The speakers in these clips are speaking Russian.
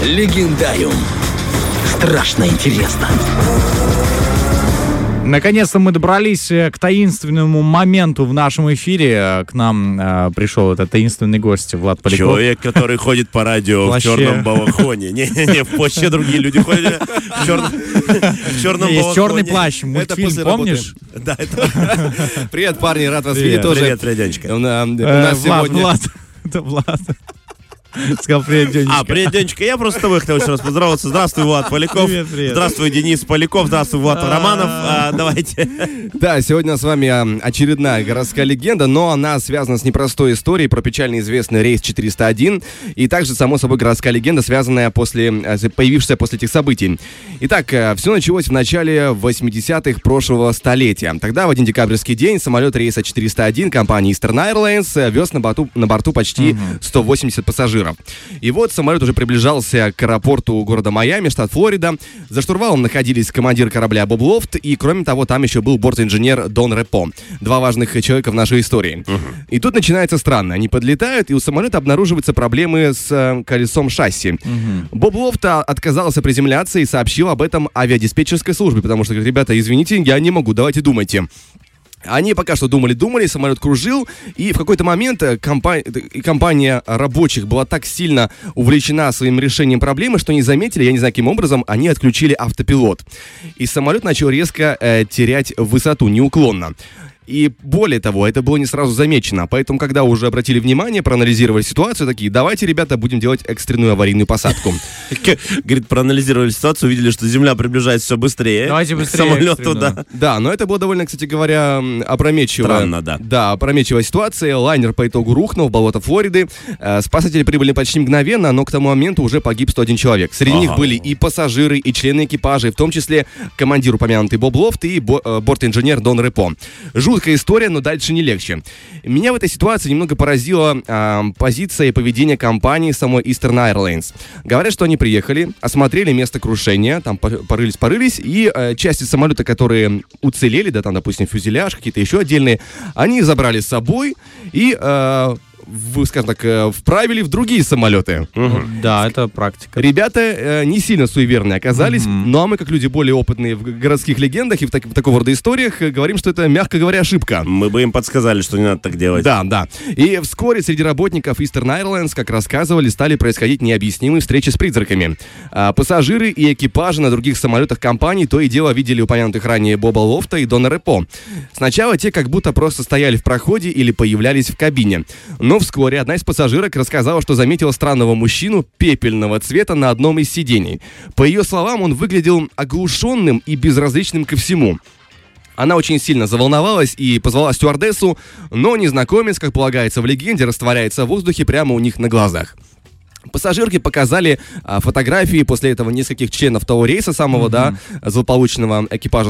Легендариум. Страшно интересно. Наконец-то мы добрались к таинственному моменту в нашем эфире. К нам пришел этот таинственный гость Влад Поляков. Человек, который ходит по радио в черном балахоне. Не, вообще другие люди ходят в черном балахоне. Есть черный плащ, мультфильм, помнишь? Да, это... Привет, парни, рад вас видеть тоже. Привет, Денечка. У нас сегодня... Влад. Сказал, привет, Денечка. Привет, Денечка. Я просто с тобой хотел еще раз поздороваться. Здравствуй, Влад Поляков. Привет. Здравствуй, Денис Поляков. Здравствуй, Влад Романов. Давайте. Да, сегодня с вами очередная городская легенда, но она связана с непростой историей про печально известный рейс 401 и также, само собой, городская легенда, появившаяся после этих событий. Итак, все началось в начале 80-х прошлого столетия. Тогда, в один декабрьский день, самолет рейса 401 компании Eastern Airlines вез на борту почти 180 пассажиров. И вот самолет уже приближался к аэропорту города Майами, штат Флорида. За штурвалом находились командир корабля Боб Лофт, и, кроме того, там еще был бортинженер Дон Репо. Два важных человека в нашей истории. И тут начинается странно. Они подлетают, и у самолета обнаруживаются проблемы с колесом шасси. Боб Лофт отказался приземляться и сообщил об этом авиадиспетчерской службе, потому что говорит: ребята, извините, я не могу, давайте думайте. Они пока что думали, самолет кружил, и в какой-то момент компания рабочих была так сильно увлечена своим решением проблемы, что не заметили, я не знаю каким образом, они отключили автопилот. И самолет начал резко терять высоту, неуклонно. И более того, это было не сразу замечено. Поэтому, когда уже обратили внимание, проанализировали ситуацию, такие: давайте, ребята, будем делать экстренную аварийную посадку. Говорит, проанализировали ситуацию, увидели, что Земля приближается все быстрее. Давайте быстрее. К самолету, да. Да, но это было довольно, кстати говоря, опрометчивая. Странно, да. Да, опрометчивая ситуация. Лайнер по итогу рухнул в болото Флориды. Спасатели прибыли почти мгновенно, но к тому моменту уже погиб 101 человек. Среди них были и пассажиры, и члены экипажа, в том числе командир, упомянутый Боб Лофт, и бортинженер Дон Репо. Жуткая история, но дальше не легче. Меня в этой ситуации немного поразила позиция и поведение компании самой Eastern Airlines. Говорят, что они приехали, осмотрели место крушения, там порылись, и части самолета, которые уцелели, да, там, допустим, фюзеляж, какие-то еще отдельные, они забрали с собой и... скажем так, вправили в другие самолеты. Да, это практика. Ребята не сильно суеверные оказались, но мы, как люди более опытные в городских легендах и в такого рода историях, говорим, что это, мягко говоря, ошибка. Мы бы им подсказали, что не надо так делать. Да. И вскоре среди работников Eastern Airlines, как рассказывали, стали происходить необъяснимые встречи с призраками. Пассажиры и экипажи на других самолетах компании то и дело видели упомянутых ранее Боба Лофта и Дона Репо. Сначала те как будто просто стояли в проходе или появлялись в кабине. Но вскоре одна из пассажирок рассказала, что заметила странного мужчину пепельного цвета на одном из сидений. По ее словам, он выглядел оглушенным и безразличным ко всему. Она очень сильно заволновалась и позвала стюардессу, но незнакомец, как полагается в легенде, растворяется в воздухе прямо у них на глазах. Пассажирки показали фотографии после этого нескольких членов того рейса самого, да, злополучного экипажа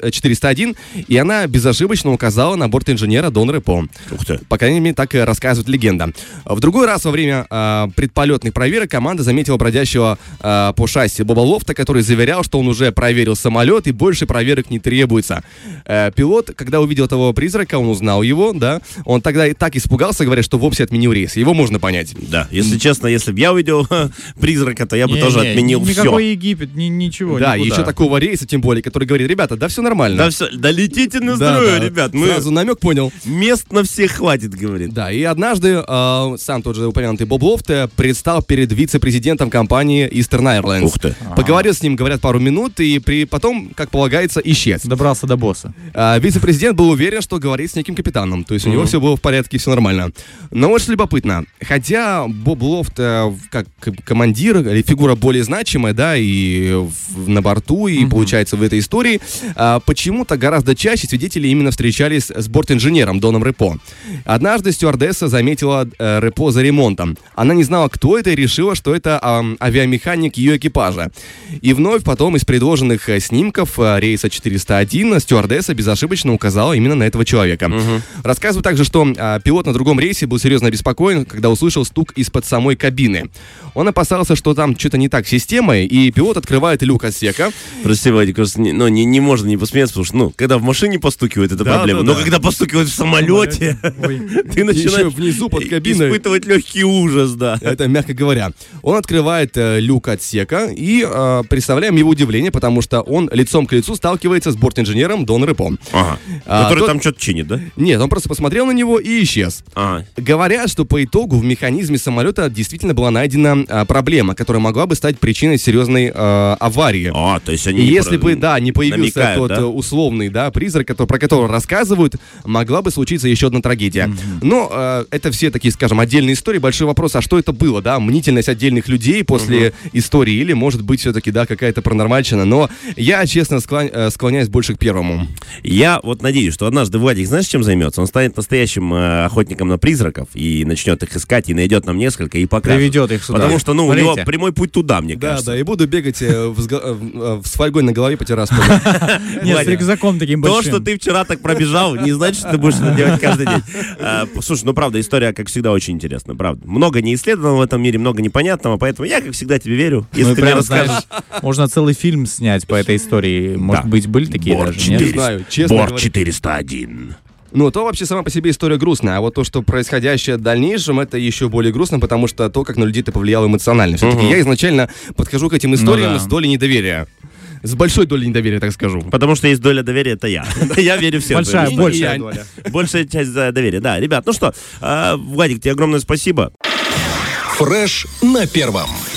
401, и она безошибочно указала на бортинженера Дон Репо. Ух ты. По крайней мере, так и рассказывает легенда. В другой раз во время предполетных проверок команда заметила бродящего по шасси Боба Лофта, который заверял, что он уже проверил самолет и больше проверок не требуется. Пилот, когда увидел этого призрака, он узнал его, да, он тогда и так испугался, говоря, что вовсе отменил рейс. Его можно понять. Да, если честно, если бы я увидел призрака, то я бы тоже отменил все. Никакой Египет, ничего. Да, никуда. еще такого рейса, тем более, который говорит: ребята, да все нормально. Да летите на здоровье, ребят. Мы сразу намек понял. Мест на всех хватит, говорит. Да, и однажды сам тот же упомянутый Боб Лофт предстал перед вице-президентом компании Eastern Airlines. Ух ты. Поговорил с ним, говорят, пару минут, и потом, как полагается, исчез. Добрался до босса. Вице-президент был уверен, что говорит с неким капитаном. То есть у него все было в порядке, все нормально. Но вот что любопытно. Хотя Боб Лофт как командир или фигура более значимая, да, и на борту, и получается в этой истории, почему-то гораздо чаще свидетели именно встречались с бортинженером Доном Репо. Однажды стюардесса заметила Репо за ремонтом. Она не знала, кто это, и решила, что это авиамеханик ее экипажа. И вновь потом из предложенных снимков рейса 401 стюардесса безошибочно указала именно на этого человека. Рассказывают также, что пилот на другом рейсе был серьезно обеспокоен, когда услышал стук из-под самой кабины. самолете. Он опасался, что там что-то не так с системой, и пилот открывает люк отсека. Прости, Вадик, не можно не посмеяться, потому что, когда в машине постукивает, это проблема. Но когда постукивает в самолете, ты начинаешь внизу под кабиной испытывать легкий ужас, да. Это мягко говоря. Он открывает люк отсека, и представляем его удивление, потому что он лицом к лицу сталкивается с бортинженером Дон Репо. Который там что-то чинит, да? Нет, он просто посмотрел на него и исчез. Говорят, что по итогу в механизме самолета действительно была найдена проблема, которая могла бы стать причиной серьезной аварии. То есть они если бы, не появился тот условный, призрак, про которого рассказывают, могла бы случиться еще одна трагедия. Но это все такие, скажем, отдельные истории. Большой вопрос, а что это было, мнительность отдельных людей после истории, или, может быть, все-таки, какая-то паранормальщина. Но я, честно, склоняюсь больше к первому. Я надеюсь, что однажды Владик, знаешь, чем займется? Он станет настоящим охотником на призраков и начнет их искать, и найдет нам несколько, и покажет. Приведет их сюда. Потому что, у него прямой путь туда, мне кажется. Да, и буду бегать с фольгой на голове по террасу. Нет, с рюкзаком таким большим. То, что ты вчера так пробежал, не значит, что ты будешь это делать каждый день. Слушай, правда, история, как всегда, очень интересна, правда. Много неисследованного в этом мире, много непонятного, поэтому я, как всегда, тебе верю, если ты мне расскажешь. Можно целый фильм снять по этой истории. Может быть, были такие даже, нет? Не знаю, честно говоря. Борт 401. То вообще сама по себе история грустная, а вот то, что происходящее в дальнейшем, это еще более грустно, потому что то, как на людей это повлияло эмоционально. Все-таки я изначально подхожу к этим историям с долей недоверия. С большой долей недоверия, так скажу. Потому что есть доля доверия, это я. Я верю всем. Большая доля. Большая часть доверия, да. Ребят, Владик, тебе огромное спасибо. Фреш на первом.